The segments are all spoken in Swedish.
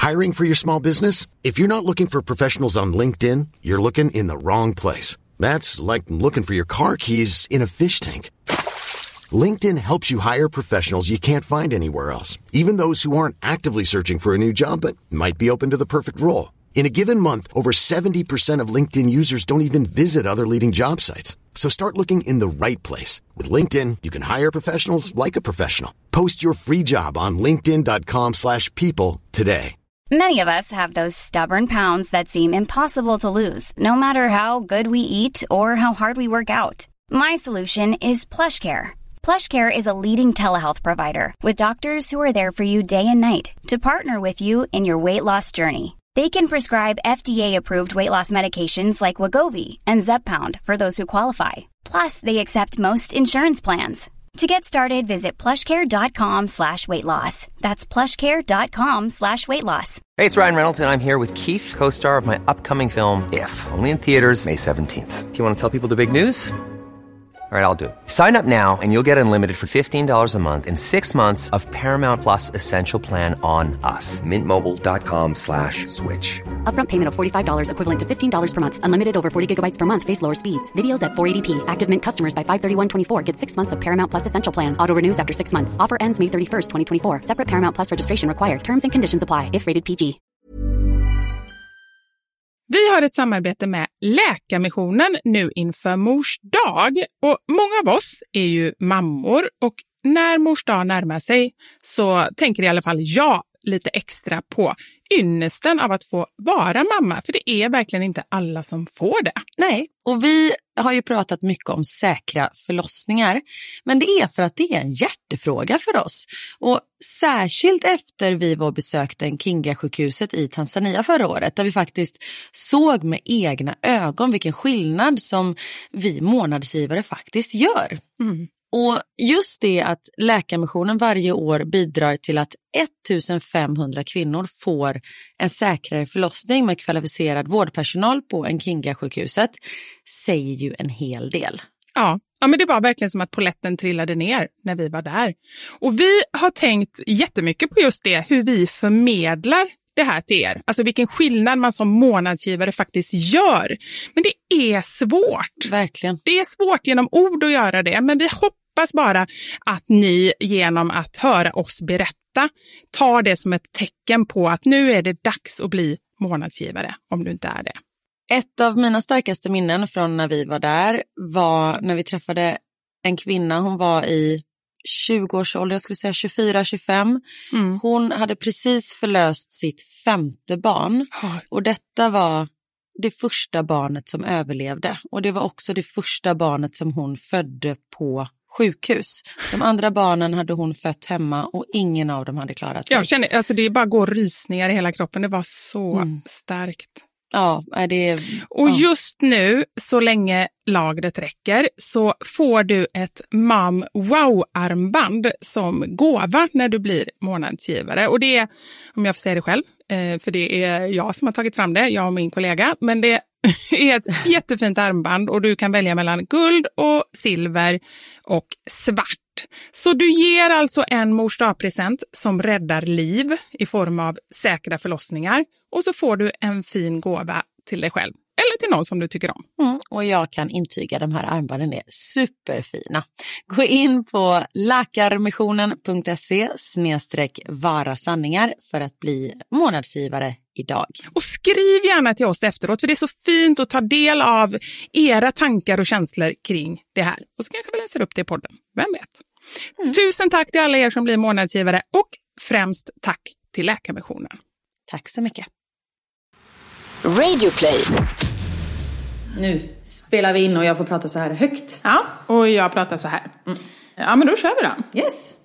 Hiring for your small business? If you're not looking for professionals on LinkedIn, you're looking in the wrong place. That's like looking for your car keys in a fish tank. LinkedIn helps you hire professionals you can't find anywhere else, even those who aren't actively searching for a new job but might be open to the perfect role. In a given month, over 70% of LinkedIn users don't even visit other leading job sites. So start looking in the right place. With LinkedIn, you can hire professionals like a professional. Post your free job on linkedin.com/people today. Many of us have those stubborn pounds that seem impossible to lose, no matter how good we eat or how hard we work out. My solution is PlushCare. PlushCare is a leading telehealth provider with doctors who are there for you day and night to partner with you in your weight loss journey. They can prescribe FDA-approved weight loss medications like Wegovy and Zepbound for those who qualify. Plus, they accept most insurance plans. To get started, visit plushcare.com/weightloss. That's plushcare.com/weightloss. Hey, it's Ryan Reynolds, and I'm here with Keith, co-star of my upcoming film, If, only in theaters May 17th. Do you want to tell people the big news? All right, I'll do it. Sign up now and you'll get unlimited for $15 a month and 6 months of Paramount Plus Essential Plan on us. MintMobile.com/switch. Upfront payment of $45 equivalent to $15 per month. Unlimited over 40 gigabytes per month. Face lower speeds. Videos at 480p. Active Mint customers by 531.24 get 6 months of Paramount Plus Essential Plan. Auto renews after 6 months. Offer ends May 31st, 2024. Separate Paramount Plus registration required. Terms and conditions apply if rated PG. Vi har ett samarbete med Läkarmissionen nu inför Mors dag. Och många av oss är ju mammor, och när Mors dag närmar sig så tänker i alla fall jag lite extra på ynnesten av att få vara mamma. För det är verkligen inte alla som får det. Nej, och vi har ju pratat mycket om säkra förlossningar. Men det är för att det är en hjärtefråga för oss. Och särskilt efter vi var besökte Nkinga-sjukhuset i Tanzania förra året. Där vi faktiskt såg med egna ögon vilken skillnad som vi månadsgivare faktiskt gör. Mm. Och just det att Läkarmissionen varje år bidrar till att 1500 kvinnor får en säkrare förlossning med kvalificerad vårdpersonal på Nkinga-sjukhuset säger ju en hel del. Ja, men det var verkligen som att polletten trillade ner när vi var där. Och vi har tänkt jättemycket på just det, hur vi förmedlar det här till er. Alltså vilken skillnad man som månadsgivare faktiskt gör. Men det är svårt. Verkligen. Det är svårt genom ord att göra det, men vi hoppas bara att ni genom att höra oss berätta tar det som ett tecken på att nu är det dags att bli månadsgivare, om du inte är det. Ett av mina starkaste minnen från när vi var där var när vi träffade en kvinna. Hon var i 20-årsålder, jag skulle säga 24-25. Mm. Hon hade precis förlöst sitt 5:e barn. Och detta var det första barnet som överlevde. Och det var också det första barnet som hon födde på sjukhus. De andra barnen hade hon fött hemma och ingen av dem hade klarat sig. Jag känner, alltså det bara går rysningar i hela kroppen. Det var så starkt. Ja, det. Och just nu, så länge lagret räcker, så får du ett Mom Wow-armband som gåva när du blir månadsgivare. Och det är, om jag får säga det själv, för det är jag som har tagit fram det, jag och min kollega, men det är ett jättefint armband och du kan välja mellan guld och silver och svart. Så du ger alltså en Mors dag-present som räddar liv i form av säkra förlossningar, och så får du en fin gåva till dig själv eller till någon som du tycker om. Och jag kan intyga, de här armbanden är superfina. Gå in på lakarmissionen.se/varasanningar för att bli månadsgivare idag. Och skriv gärna till oss efteråt, för det är så fint att ta del av era tankar och känslor kring det här. Och så kanske vi läser upp det i podden, vem vet. Tusen tack till alla er som blir månadsgivare, och främst tack till Läkarmissionen. Tack så mycket. Radio Play. Nu spelar vi in och jag får prata så här högt. Ja, och jag pratar så här. Ja, men då kör vi då. Yes.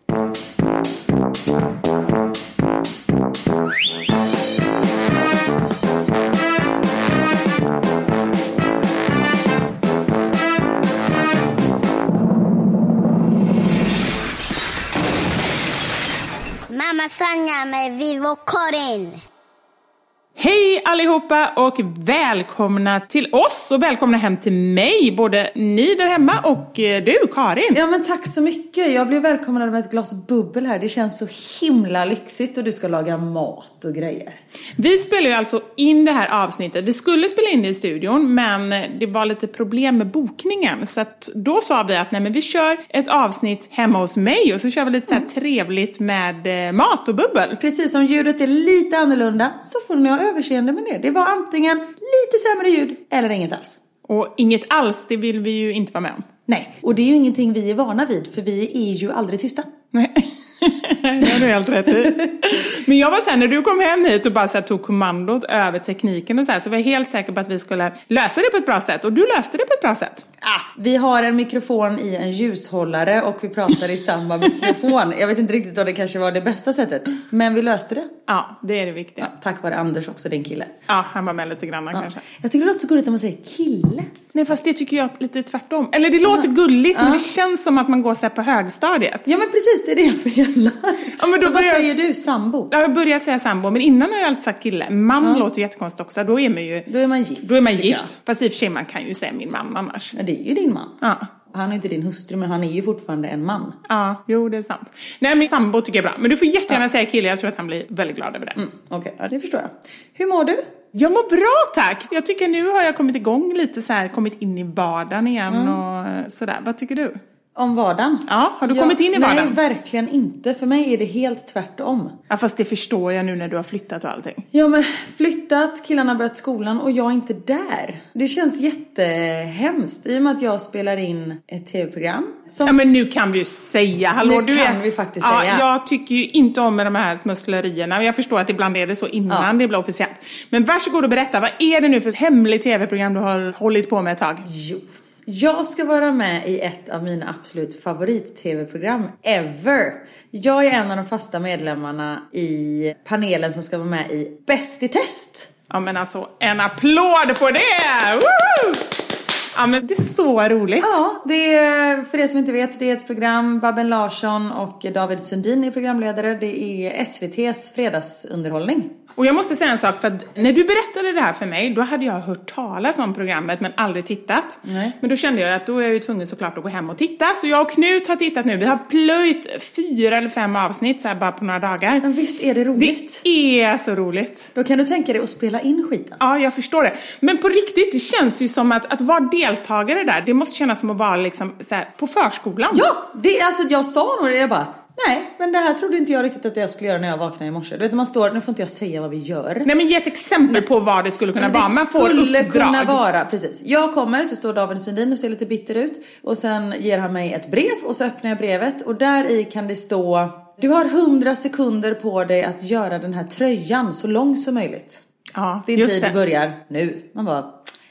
Mamma Sanja med Vivo Karin. Hej allihopa och välkomna till oss och välkomna hem till mig, både ni där hemma och du, Karin. Ja, men tack så mycket. Jag blev välkomnad med ett glas bubbel här. Det känns så himla lyxigt och du ska laga mat och grejer. Vi spelar ju alltså in det här avsnittet. Vi skulle spela in det i studion, men det var lite problem med bokningen. Så att då sa vi att nej, men vi kör ett avsnitt hemma hos mig och så kör vi lite så här trevligt med mat och bubbel. Precis, som ljudet är lite annorlunda så får ni ha överseende med det. Det var antingen lite sämre ljud eller inget alls. Och inget alls, det vill vi ju inte vara med om. Nej, och det är ju ingenting vi är vana vid, för vi är ju aldrig tysta. Nej, det har du helt rätt i. Men jag var sen när du kom hem hit och bara så här, tog kommandot över tekniken och så var jag helt säker på att vi skulle lösa det på ett bra sätt. Och du löste det på ett bra sätt. Vi har en mikrofon i en ljushållare och vi pratar i samma mikrofon. Jag vet inte riktigt om det kanske var det bästa sättet, men vi löste det. Ja, det är det viktiga. Ja, tack vare Anders också, din kille. Ja, han var med lite grann kanske. Jag tycker det låter så gulligt när man säger kille. Nej, fast det tycker jag lite tvärtom. Eller det låter gulligt, men det känns som att man går så här på högstadiet. Ja, men precis, det är det jag menar. Ja, men då vad säger du, sambo? Ja, jag börjar säga sambo, men innan har jag alltid sagt kille. Man låter ju jättekonstigt också, då är man ju... Då är man gift. Då är man gift. Fast i och för sig, man kan ju säga min man annars. Ja, det är ju din man. Ja. Han är inte din hustru, men han är ju fortfarande en man. Ja, jo, det är sant. Nej, men sambo tycker jag är bra. Men du får jättegärna säga kille, jag tror att han blir väldigt glad över det. Okej, ja, det förstår jag. Hur mår du? Jag mår bra, tack. Jag tycker nu har jag kommit igång lite så här, kommit in i vardagen igen och sådär. Vad tycker du? Om vardagen? Ja, har du kommit in i vardagen? Nej, verkligen inte. För mig är det helt tvärtom. Ja, fast det förstår jag nu när du har flyttat och allting. Ja, men flyttat, killarna har börjat skolan och jag är inte där. Det känns jättehemskt i och med att jag spelar in ett tv-program. Ja, men nu kan vi ju säga. Hallå, nu kan vi faktiskt säga. Jag tycker ju inte om med de här smusslerierna. Jag förstår att ibland är det så innan det blir officiellt. Men varsågod och berätta, vad är det nu för ett hemligt tv-program du har hållit på med ett tag? Jo. Jag ska vara med i ett av mina absolut favorit-tv-program ever. Jag är en av de fasta medlemmarna i panelen som ska vara med i Bäst i test. Ja, men alltså, en applåd på det! Woo! Ja, men det är så roligt. Ja, det är, för det som inte vet, det är ett program. Babben Larsson och David Sundin är programledare. Det är SVT:s fredagsunderhållning. Och jag måste säga en sak, för att när du berättade det här för mig, då hade jag hört talas om programmet men aldrig tittat. Nej. Men då kände jag att då är jag ju tvungen såklart att gå hem och titta. Så jag och Knut har tittat nu. Vi har plöjt 4 eller 5 avsnitt så här bara på några dagar. Men visst är det roligt? Det är så roligt. Då kan du tänka dig att spela in skiten. Ja, jag förstår det. Men på riktigt, det känns ju som att vara deltagare där, det måste kännas som att vara liksom så här, på förskolan. Ja, det, alltså jag sa nog det, jag bara... Nej, men det här trodde inte jag riktigt att jag skulle göra när jag vaknade i morse. Du vet, man står, nu får inte jag säga vad vi gör. Nej, men ge ett exempel på vad det skulle kunna vara. Man får skulle uppdrag. Kunna vara, precis. Jag kommer, så står David Sundin och ser lite bitter ut. Och sen ger han mig ett brev och så öppnar jag brevet. Och där i kan det stå: du har 100 sekunder på dig att göra den här tröjan så lång som möjligt. Ja, din tid börjar nu. Man bara...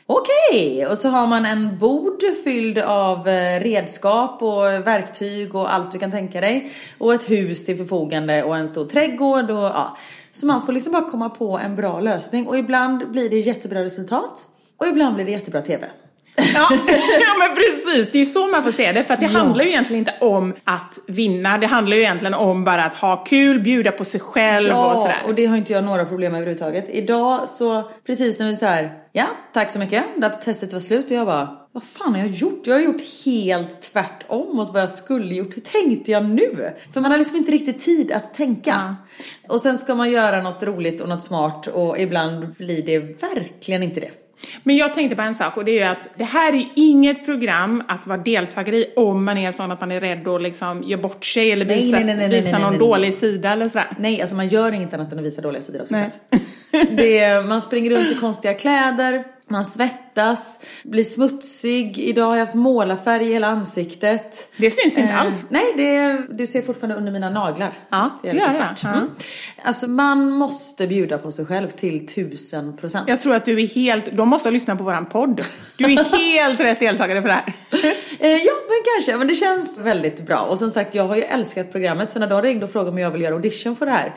Okej, och så har man en bord fylld av redskap och verktyg och allt du kan tänka dig. Och ett hus till förfogande och en stor trädgård. Och, ja. Så man får liksom bara komma på en bra lösning. Och ibland blir det jättebra resultat. Och ibland blir det jättebra tv. Ja, men precis. Det är så man får se det. För att det handlar ju egentligen inte om att vinna. Det handlar ju egentligen om bara att ha kul, bjuda på sig själv och sådär. Och det har inte jag några problem med överhuvudtaget. Idag så, precis när vi så här, ja, tack så mycket. Där testet var slut och jag bara, vad fan har jag gjort? Jag har gjort helt tvärtom mot vad jag skulle gjort. Hur tänkte jag nu? För man har liksom inte riktigt tid att tänka. Ja. Och sen ska man göra något roligt och något smart. Och ibland blir det verkligen inte det. Men jag tänkte på en sak, och det är ju att det här är inget program att vara deltagare i om man är sån att man är rädd och liksom gör bort sig eller visa någon dålig sida eller sådär. Nej, alltså man gör inget annat än att visa dåliga sidor av sig själv. Man springer runt i konstiga kläder, man svettas, blir smutsig. Idag har jag haft målarfärg i hela ansiktet. Det syns inte alls. Nej, du ser fortfarande under mina naglar. Ja, det gör jag. Mm. Alltså man måste bjuda på sig själv till 1000%. Jag tror att du är helt... De måste lyssna på våran podd. Du är helt rätt deltagare för det här. Ja, men kanske. Men det känns väldigt bra. Och som sagt, jag har ju älskat programmet. Så när de ringde och frågade om jag vill göra audition för det här.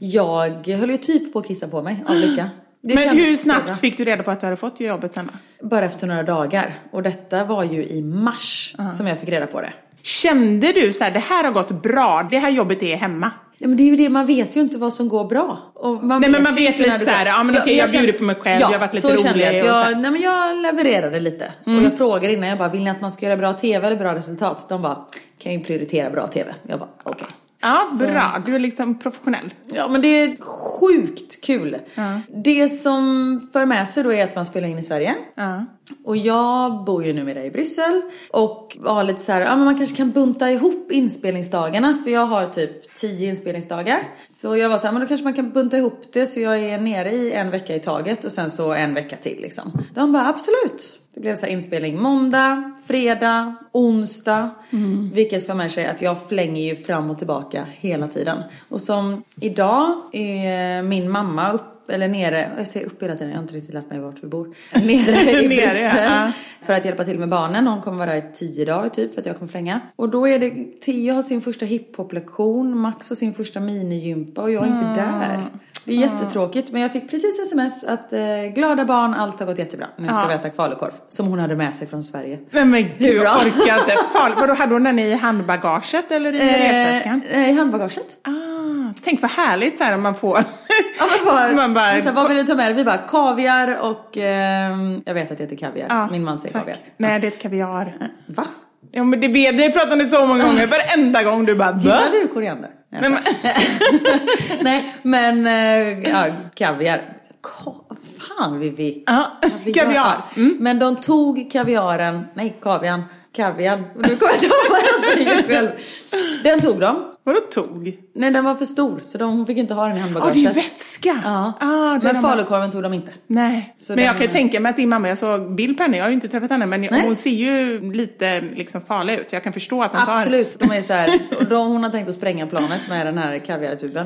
Jag höll ju typ på att kissa på mig av lycka. Men hur snabbt fick du reda på att du hade fått jobbet sen då? Bara efter några dagar. Och detta var ju i mars som jag fick reda på det. Kände du så här, det här har gått bra, det här jobbet är hemma? Ja, men det är ju det, man vet ju inte vad som går bra. Och man men man vet lite så här, ja men okej, jag bjuder på mig själv, jag har varit lite rolig. Jag levererade lite. Och jag frågar innan, jag bara, vill ni att man ska göra bra tv eller bra resultat? De bara, kan ju prioritera bra tv. Jag bara, okej. Ja, bra. Du är liksom professionell. Ja, men det är sjukt kul. Det som för med sig då är att man spelar in i Sverige. Och jag bor ju numera i Bryssel. Och har lite så här, men man kanske kan bunta ihop inspelningsdagarna. För jag har typ 10 inspelningsdagar. Så jag var så här, men då kanske man kan bunta ihop det. Så jag är nere i en vecka i taget. Och sen så en vecka till liksom. De bara, absolut. Det blev så här inspelning måndag, fredag, onsdag. Vilket för mig säger att jag flänger ju fram och tillbaka hela tiden. Och som idag är min mamma nere, jag säger upp hela tiden, jag har inte riktigt lärt mig vart vi bor. Nere i Bryssel för att hjälpa till med barnen. Hon kommer vara där i 10 dagar typ för att jag kommer flänga. Och då är det Theo har sin första hiphop-lektion, Max har sin första minigympa och jag är inte där. Det är jättetråkigt, men jag fick precis sms att glada barn, allt har gått jättebra. Nu ska vi äta falukorv, som hon hade med sig från Sverige. Men gud, jag orkar inte. Vadå, hade hon den i handbagaget eller i resväskan? I handbagaget. Tänk vad härligt så här om man får... man bara så, vad vill du ta med dig? Vi bara kaviar och... jag vet att det heter kaviar. Min man säger kaviar. Nej, det är kaviar. Va? Ja, men det pratar ni så många gånger. Varenda gång du bara... Gillar du koriander? Nej, men kaviar. Fan, Vivi. Kaviar. Men de tog kaviaren. Nej, kavian. Nu kommer jag inte ihåg vad jag säger själv. Den tog de. Vadå tog? Nej, den var för stor. Så hon fick inte ha den i handbagaget. Det är ju vätska. Ja. Men falukorven tog de inte. Nej. Så men jag kan ju tänka mig att din mamma, jag såg bild på henne. Jag har ju inte träffat henne. Men hon ser ju lite liksom farlig ut. Jag kan förstå att hon tar... Absolut. De är så här, hon har tänkt att spränga planet med den här kaviartuben.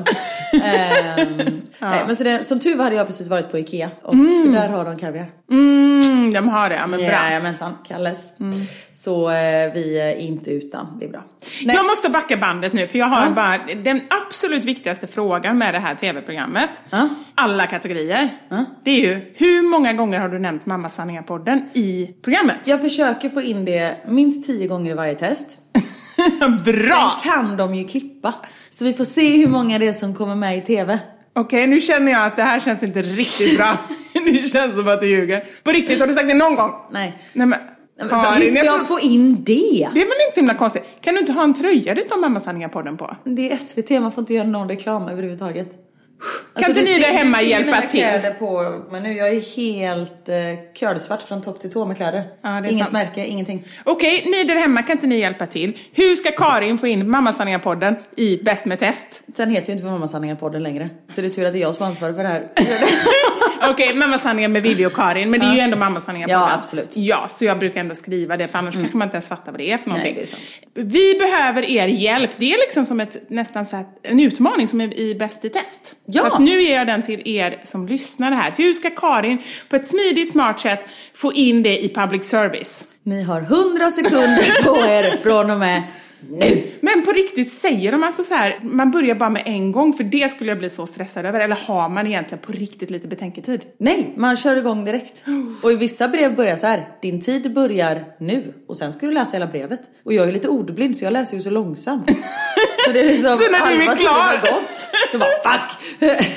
Nej, men så det, som tur hade jag precis varit på Ikea. Och för där har de kaviar. De har det, men bra. Jajamensan, Kalles. Så vi är inte utan, det är bra. Nej. Jag måste backa bandet nu, för jag har bara den absolut viktigaste frågan med det här tv-programmet. Alla kategorier. Det är ju, hur många gånger har du nämnt Mamma Sanningar-podden i programmet? Jag försöker få in det minst 10 gånger i varje test. Bra! Sen kan de ju klippa. Så vi får se hur många det är som kommer med i tv. Okej, nu känner jag att det här känns inte riktigt bra. Det känns som att du ljuger. På riktigt, har du sagt det någon gång? Nej. Nej, men... Hur ska jag få in det? Det är väl inte så himla konstigt. Kan du inte ha en tröja det står Mamma Sanningar-podden på? Det är SVT, man får inte göra någon reklam överhuvudtaget. Kan inte ni där hemma hjälpa till? Kläder på, men nu jag är helt körsvart från topp till tå med kläder. Inget sant. Märke, ingenting. Okej, ni där hemma, kan inte ni hjälpa till? Hur ska Karin få in Mamma Sanningar-podden i Bäst med test? Sen heter ju inte Mamma Sanningar-podden längre. Så det är tur att det är jag som ansvarar för det här. Okej, Mamma Sanningar med video Karin. Men det är ju ändå Mamma Sanningar-podden. Ja, absolut. Ja, så jag brukar ändå skriva det. För annars kanske man inte ens fattar vad det är för någonting. Nej, det är sant. Vi behöver er hjälp. Det är liksom som nästan så här, en utmaning som är i Bäst i test. Ja. Fast nu ger jag den till er som lyssnar här. Hur ska Karin på ett smidigt, smart sätt få in det i public service? Ni har 100 sekunder på er från och med nu. Men på riktigt, säger de alltså så här, man börjar bara med en gång, för det skulle jag bli så stressad över. Eller har man egentligen på riktigt lite betänketid? Nej, man kör igång direkt. Och i vissa brev börjar så här, din tid börjar nu. Och sen ska du läsa hela brevet. Och jag är lite ordblind så jag läser ju så långsamt. Så det är liksom, så när du är klar gått, det var fuck.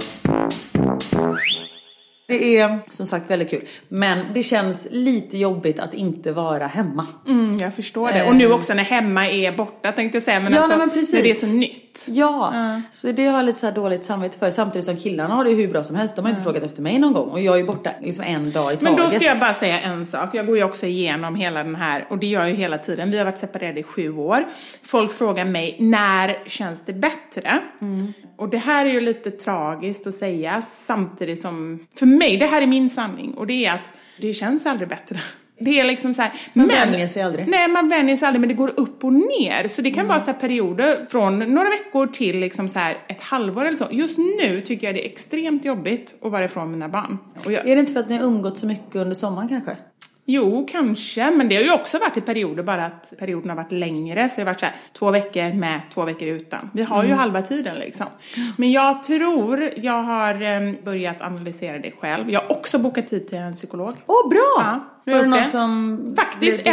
Det är som sagt väldigt kul. Men det känns lite jobbigt att inte vara hemma. Jag förstår det. Och nu också när hemma är borta, tänkte jag säga. Men, ja, alltså, men precis. när det är så nytt. Ja, så det har jag lite så här dåligt samvete för. Samtidigt som killarna har det hur bra som helst. De har inte frågat efter mig någon gång. Och jag är borta liksom en dag i taget. Men då ska jag bara säga en sak. Jag går ju också igenom hela den här. Och det gör jag ju hela tiden. Vi har varit separerade i 7 år. Folk frågar mig, när känns det bättre? Och det här är ju lite tragiskt att säga. Samtidigt som, för mig, det här är min sanning. Och det är att det känns aldrig bättre. Det är liksom så här, man vänjer sig aldrig. Nej, man vänjer sig aldrig, men det går upp och ner. Så det kan vara så här perioder från några veckor till liksom så här ett halvår eller så. Just nu tycker jag det är extremt jobbigt att vara ifrån mina barn. Och är det inte för att ni har umgått så mycket under sommaren kanske? Jo, kanske. Men det har ju också varit i perioder, bara att perioden har varit längre. Så det har varit så här 2 veckor med, 2 veckor utan. Vi har ju halva tiden liksom. Men jag tror, jag har börjat analysera det själv. Jag har också bokat tid till en psykolog. Bra! Ja. Var det någon som... Faktiskt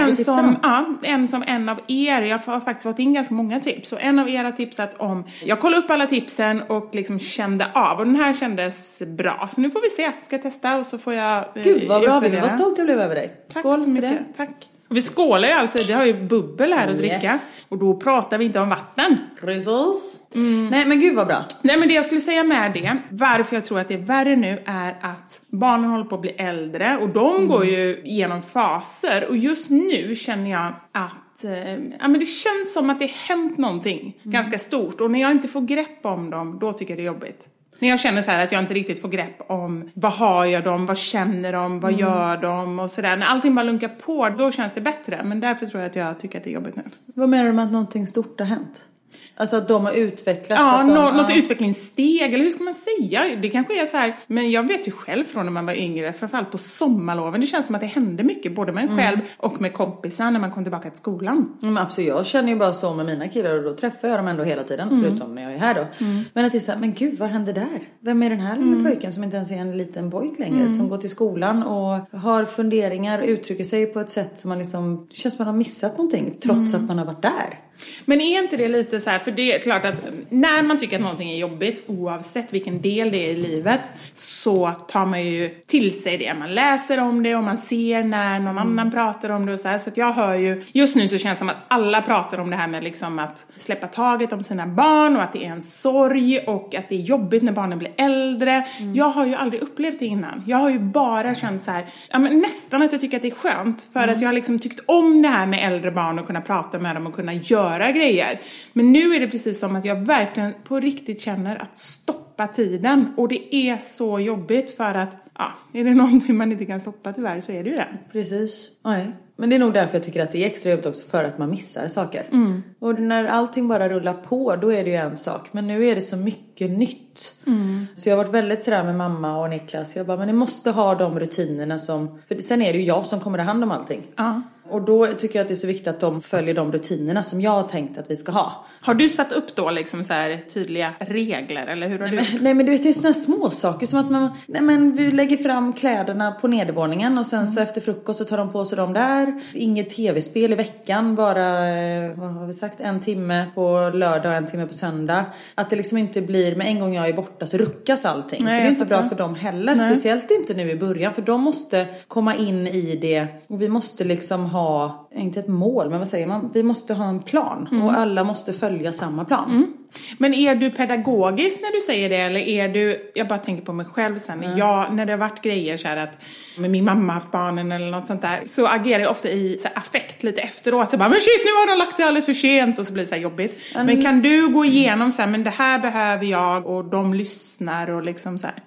en av er. Jag har faktiskt fått in ganska många tips. Och en av er har tipsat om... Jag kollade upp alla tipsen och liksom kände av. Och den här kändes bra. Så nu får vi se. Ska jag testa och så får jag Gud vad bra, vi var stolt jag blev över dig. Tack Skål så mycket. Tack. Och vi skålar ju alltså, vi har ju bubbel här att dricka. Och då pratar vi inte om vatten. Precis. Nej men gud vad bra. Nej men det jag skulle säga med det, varför jag tror att det är värre nu är att barnen håller på att bli äldre. Och de går ju igenom faser. Och just nu känner jag att men det känns som att det har hänt någonting ganska stort. Och när jag inte får grepp om dem, då tycker jag det är jobbigt. När jag känner så här att jag inte riktigt får grepp om vad har jag dem, vad känner de, vad gör de och sådär. När allting bara lunkar på, då känns det bättre. Men därför tror jag att jag tycker att det är jobbigt nu. Vad menar du med att någonting stort har hänt? Alltså att de har utvecklats? Ja, något utvecklingssteg, eller hur ska man säga? Det kanske är så här, men jag vet ju själv från när man var yngre, framförallt på sommarloven. Det känns som att det hände mycket, både med en själv och med kompisar när man kom tillbaka till skolan. Men absolut, jag känner ju bara så med mina killar och då träffar jag dem ändå hela tiden, förutom när jag är här då. Men att det är så här, men gud, vad händer där? Vem är den här lilla pojken som inte ens är en liten pojk längre, som går till skolan och har funderingar och uttrycker sig på ett sätt som man liksom, det känns som att man har missat någonting, trots att man har varit där. Men är inte det lite så här, för det är klart att när man tycker att någonting är jobbigt, oavsett vilken del det är i livet, så tar man ju till sig det. Man läser om det och man ser när någon annan pratar om det och så här. Så att jag hör ju, just nu så känns det som att alla pratar om det här med liksom att släppa taget om sina barn och att det är en sorg och att det är jobbigt när barnen blir äldre. Jag har ju aldrig upplevt det innan. Jag har ju bara känt så här, ja, men nästan att jag tycker att det är skönt, för att jag har liksom tyckt om det här med äldre barn och kunna prata med dem och kunna göra grejer. Men nu är det precis som att jag verkligen på riktigt känner att stoppa tiden. Och det är så jobbigt, för att är det någonting man inte kan stoppa tyvärr, så är det ju det. Precis. Nej. Men det är nog därför jag tycker att det är extra jobbigt också, för att man missar saker. Och när allting bara rullar på, då är det ju en sak. Men nu är det så mycket nytt. Så jag har varit väldigt sådär med mamma och Niklas. Jag bara, men ni måste ha de rutinerna som... För sen är det ju jag som kommer att hand om allting. Och då tycker jag att det är så viktigt att de följer de rutinerna som jag har tänkt att vi ska ha. Har du satt upp då liksom så här tydliga regler, eller hur har du? Nej men du vet, det är såna små saker som att vi lägger fram kläderna på nedervåningen och sen så efter frukost så tar de på sig dem där. Inget tv-spel i veckan, bara vad har vi sagt, 1 timme på lördag och 1 timme på söndag. Att det liksom inte blir, med en gång jag är borta så ruckas allting. Nej, för det är inte bra för dem heller. Nej. Speciellt inte nu i början, för de måste komma in i det och vi måste liksom ha, inte ett mål, men vad säger man? Vi måste ha en plan och alla måste följa samma plan. Men är du pedagogisk när du säger det, eller är du, jag bara tänker på mig själv sen, när det har varit grejer så här att med min mamma haft barnen eller något sånt där, så agerar jag ofta i så här affekt lite efteråt, så bara, men shit, nu har de lagt det alldeles för sent, och så blir det så här jobbigt. Men kan du gå igenom så här, men det här behöver jag, och de lyssnar och liksom så här?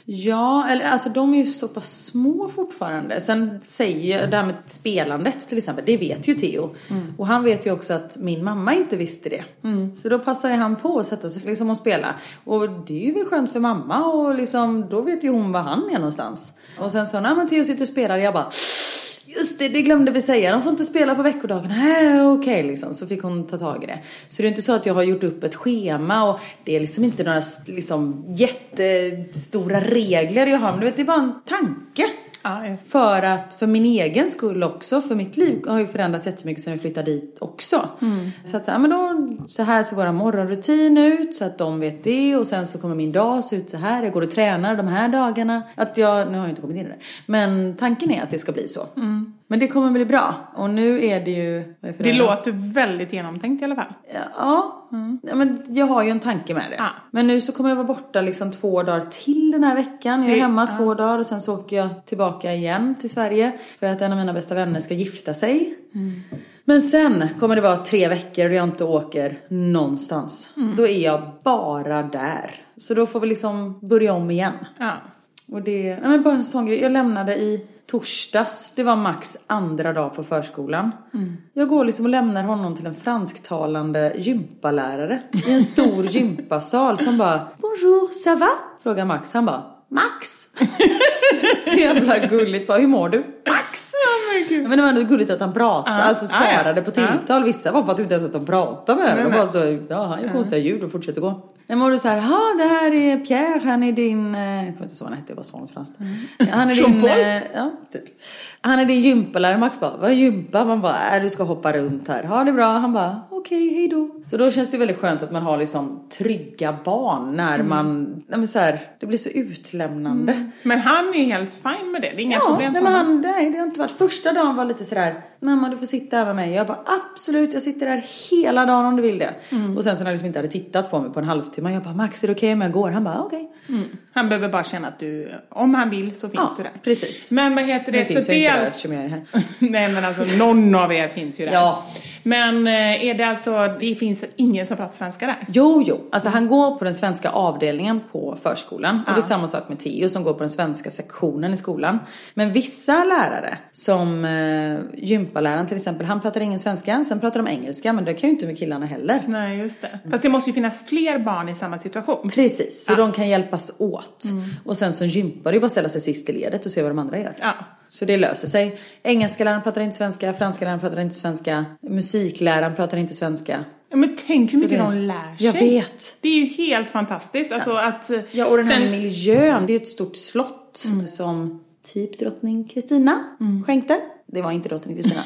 Ja, eller alltså de är ju så pass små fortfarande. Sen säger jag det här med spelandet till exempel, det vet ju Theo. Och han vet ju också att min mamma inte visste det. Så då passar ju han på att sätta sig liksom och spela. Och det är ju väl skönt för mamma, och liksom, då vet ju hon var han är någonstans. Och sen så när Theo sitter och spelar, jag bara... Just det glömde vi säga. De får inte spela på veckodagen. Okej, liksom. Så fick hon ta tag i det. Så det är inte så att jag har gjort upp ett schema. Och det är liksom inte några liksom jättestora regler jag har. Men du vet, det är bara en tanke. För min egen skull också. För mitt liv har ju förändrats jättemycket sen vi flyttade dit också. Så att så här, men då, så här ser våra morgonrutin ut. Så att de vet det. Och sen så kommer min dag se ut så här. Jag går och tränar de här dagarna. Nu har jag inte kommit in i det. Men tanken är att det ska bli så. Men det kommer bli bra. Och nu är det ju... Det låter väldigt genomtänkt i alla fall. Ja. Ja, men jag har ju en tanke med det. Men nu så kommer jag vara borta liksom 2 dagar till den här veckan. Jag är hemma 2 dagar och sen så åker jag tillbaka igen till Sverige. För att en av mina bästa vänner ska gifta sig. Men sen kommer det vara 3 veckor och jag inte åker någonstans. Då är jag bara där. Så då får vi liksom börja om igen. Och det, men bara en sån grej. Jag lämnade i torsdags. Det var Max andra dag på förskolan. Jag går liksom och lämnar honom till en fransktalande gympalärare i en stor gympasal som bara, bonjour, ça va? Frågar Max. Han bara, Max. Så jävla gulligt. Hur mår du? Max. Ja, Men det var ändå gulligt att han pratade, alltså svarade på tilltal. Vissa var för att inte ens att de pratade med honom. Bara så, han gör konstiga ljud och fortsätter gå. Men var du så här, det här är Pierre, han är din... Jag kommer inte så han hette, det var sånt franskt. Han är din... typ. Han är din gympalärare. Max bara, vad är gympa? Man bara, du ska hoppa runt här. Ha det bra. Han bara, okej, hej då. Så då känns det väldigt skönt att man har liksom trygga barn när man... Men så här, det blir så utlämnande. Men han är helt fin med det. Det är inga problem för honom. Nej, det har inte varit. Första dagen var lite sådär, mamma du får sitta här med mig. Jag bara, absolut, jag sitter här hela dagen om du vill det. Och sen så när jag liksom inte hade tittat på mig på en halvtimme. Jag bara, Max är det okej om jag går? Han bara, okej. Han behöver bara känna att du, om han vill så finns du där. Precis. Men vad heter det? Så det är inte jag är här. Nej, men alltså någon av er finns ju där. Ja. Men är det alltså, det finns ingen som pratar svenska där? Jo. Alltså han går på den svenska avdelningen på förskolan. Och det är samma sak med Theo som går på den svenska sektionen i skolan. Men vissa lärare, som gympaläraren till exempel, han pratar ingen svenska. Sen pratar de engelska, men det kan ju inte med killarna heller. Nej, just det. Fast det måste ju finnas fler barn i samma situation. Precis, så de kan hjälpas åt. Och sen som gympar, det är bara att ställa sig sist i ledet och se vad de andra gör. Ja. Så det löser sig. Engelska läraren pratar inte svenska, franska läraren pratar inte svenska, musikläraren pratar inte svenska. Ja, men tänk hur mycket de lär sig. Jag vet. Det är ju helt fantastiskt. Alltså att, och den här miljön, det är ett stort slott som typ drottning Kristina skänkte. Det var inte drottning Kristina.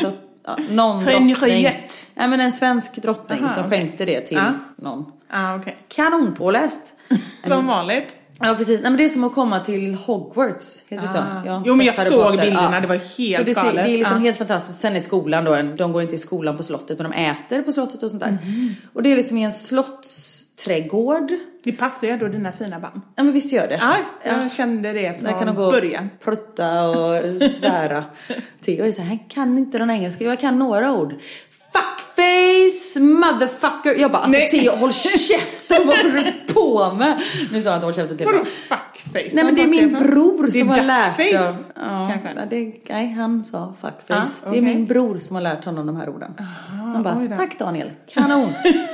Någon drottning. Nej, men en svensk drottning som skänkte det till någon. Okay. Kanonpåläst. Som vanligt. Ja, precis. Nej, men det är som att komma till Hogwarts. Heter det så? Jo, men jag såg bilderna. Det var helt så galet. Det är liksom helt fantastiskt. Sen är skolan då, de går inte i skolan på slottet, men de äter på slottet och sånt där. Och det är liksom i en slottsträdgård. Det passar ju då dina fina barn. Ja, men visst gör det. Ja, jag kände det från kan de gå början. Prutta och svära. Theo är så här, han kan inte den engelska. Jag kan några ord. Fuckface, motherfucker. Jag bara, alltså Theo, håll käften, vad håller du på med? Nu sa han att håll käften till. Vadå fuckface? Nej, men det är min bror som har lärt honom. Nej, han sa fuckface. Det är min bror som har lärt honom de här orden. Han bara, tack Daniel, kanon.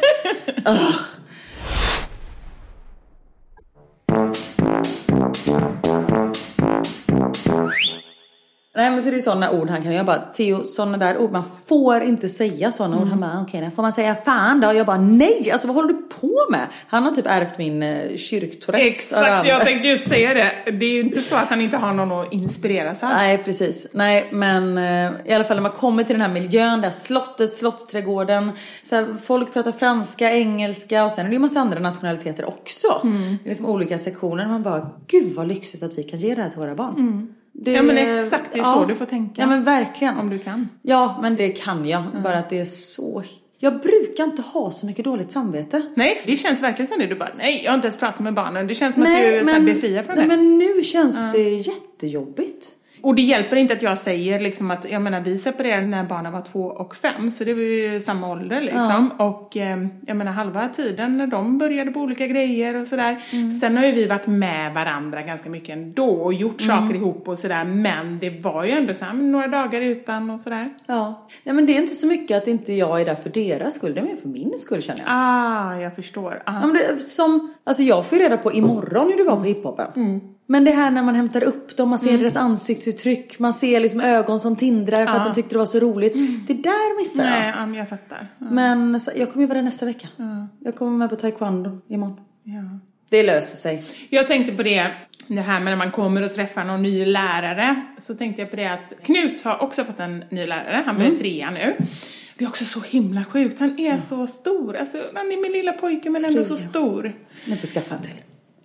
Nej, men så är det ju sådana ord han kan. Jag bara, Theo, sådana där ord, man får inte säga sådana ord. Han bara, okej, får man säga fan då? Och jag bara, nej, alltså vad håller du på med? Han har typ ärvt min kyrktourette. Exakt, jag tänkte just säga det. Det är ju inte så att han inte har någon att inspireras av. Nej, precis. Nej, men i alla fall när man kommer till den här miljön, där slottet, slottsträdgården. Så här, folk pratar franska, engelska och sen är det ju en massa andra nationaliteter också. Det är liksom olika sektioner. Man bara, gud vad lyxigt att vi kan ge det här till våra barn. Ja, men exakt, det är så du får tänka. Ja, men verkligen. Om du kan. Ja, men det kan jag. Bara att det är så... Jag brukar inte ha så mycket dåligt samvete. Nej, det känns verkligen som det. Du bara, nej, jag har inte ens pratat med barnen. Det känns som att du är så här befriad från det. Men nu känns det jättejobbigt. Och det hjälper inte att jag säger liksom att, jag menar, vi separerade när barnen var 2 och 5. Så det var ju samma ålder liksom. Och jag menar, halva tiden när de började på olika grejer och sådär. Sen har ju vi varit med varandra ganska mycket ändå och gjort saker ihop och sådär. Men det var ju ändå så här, några dagar utan och sådär. Ja. Nej, men det är inte så mycket att inte jag är där för deras skull. Det är mer för min skull, känner jag. Jag förstår. Ja, men det, som, alltså jag får reda på imorgon hur du var på hiphopen. Men det här när man hämtar upp dem, man ser deras ansiktsuttryck, man ser liksom ögon som tindrar för att de tyckte det var så roligt. Det där missar jag. Nej, jag fattar. Men så, jag kommer ju vara där nästa vecka. Jag kommer med på taekwondo imorgon. Det löser sig. Jag tänkte på det här med när man kommer och träffar någon ny lärare. Så tänkte jag på det att Knut har också fått en ny lärare. Han börjar 3 nu. Det är också så himla sjukt. Han är så stor. Alltså, han är min lilla pojke men ändå så stor. Nu får skaffa en till.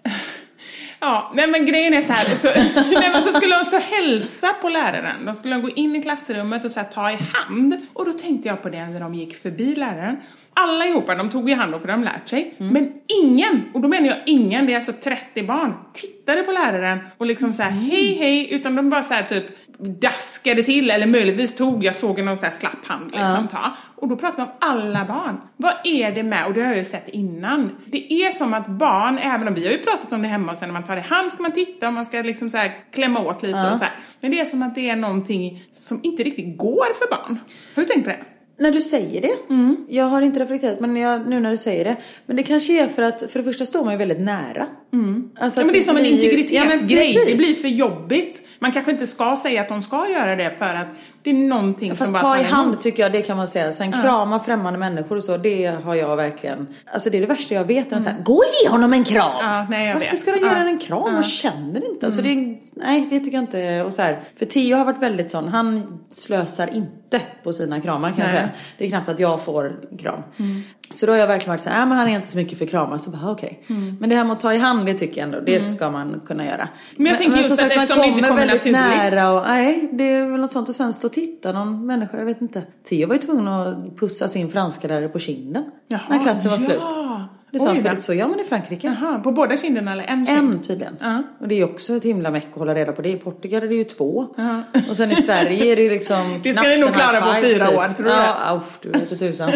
Ja, nej men grejen är så här. Så skulle de så hälsa på läraren. De skulle gå in i klassrummet och så här, ta i hand. Och då tänkte jag på det när de gick förbi läraren. Alla ihop, de tog i hand då för de lärt sig. Men ingen, och då menar jag ingen, det är alltså 30 barn, tittade på läraren och liksom så här, hej, utan de bara så här typ daskade till, eller möjligtvis jag såg någon så här slapp hand liksom ta. Och då pratar vi om alla barn. Vad är det med, och det har jag ju sett innan. Det är som att barn, även om vi har ju pratat om det hemma och sen när man tar i hand ska man titta och man ska liksom så här klämma åt lite och så här. Men det är som att det är någonting som inte riktigt går för barn. Har du tänkt på det? När du säger det, jag har inte reflekterat, men nu när du säger det. Men det kanske är för att, för det första står man ju väldigt nära. Alltså men det är som en integritetsgrej. Ja, det blir för jobbigt. Man kanske inte ska säga att de ska göra det för att det är någonting som bara ta i hand tycker jag, det kan man säga. Sen krama främmande människor och så, det har jag verkligen. Alltså det är det värsta jag vet. När de säger, gå och ge honom en kram. Ja, nej, varför ska de göra en kram? Och känner inte. Alltså det tycker jag inte. Och så här, för Theo har varit väldigt sån. Han slösar inte på sina kramar kan jag säga. Det är knappt att jag får kram. Så då har jag verkligen varit så här, men han är inte så mycket för kramar. Så bara okej. Men det här med att ta i hand, det tycker jag ändå, det ska man kunna göra. Men jag tänker just att man kommer väldigt naturligt. nära och det är väl något sånt. Och sen stå och titta någon människa, jag vet inte. Theo var ju tvungen att pussa sin franska lärare på kinden. Jaha, när klassen var slut. Det sa för så gör man i Frankrike. Jaha, på båda kinderna eller en kind? En tydligen. Och det är ju också ett himla meck att hålla reda på det. I Portugal är det ju 2. Och sen i Sverige är det ju liksom det ska ni nog klara på 4 år, tror jag. Ja, du vet inte tusan.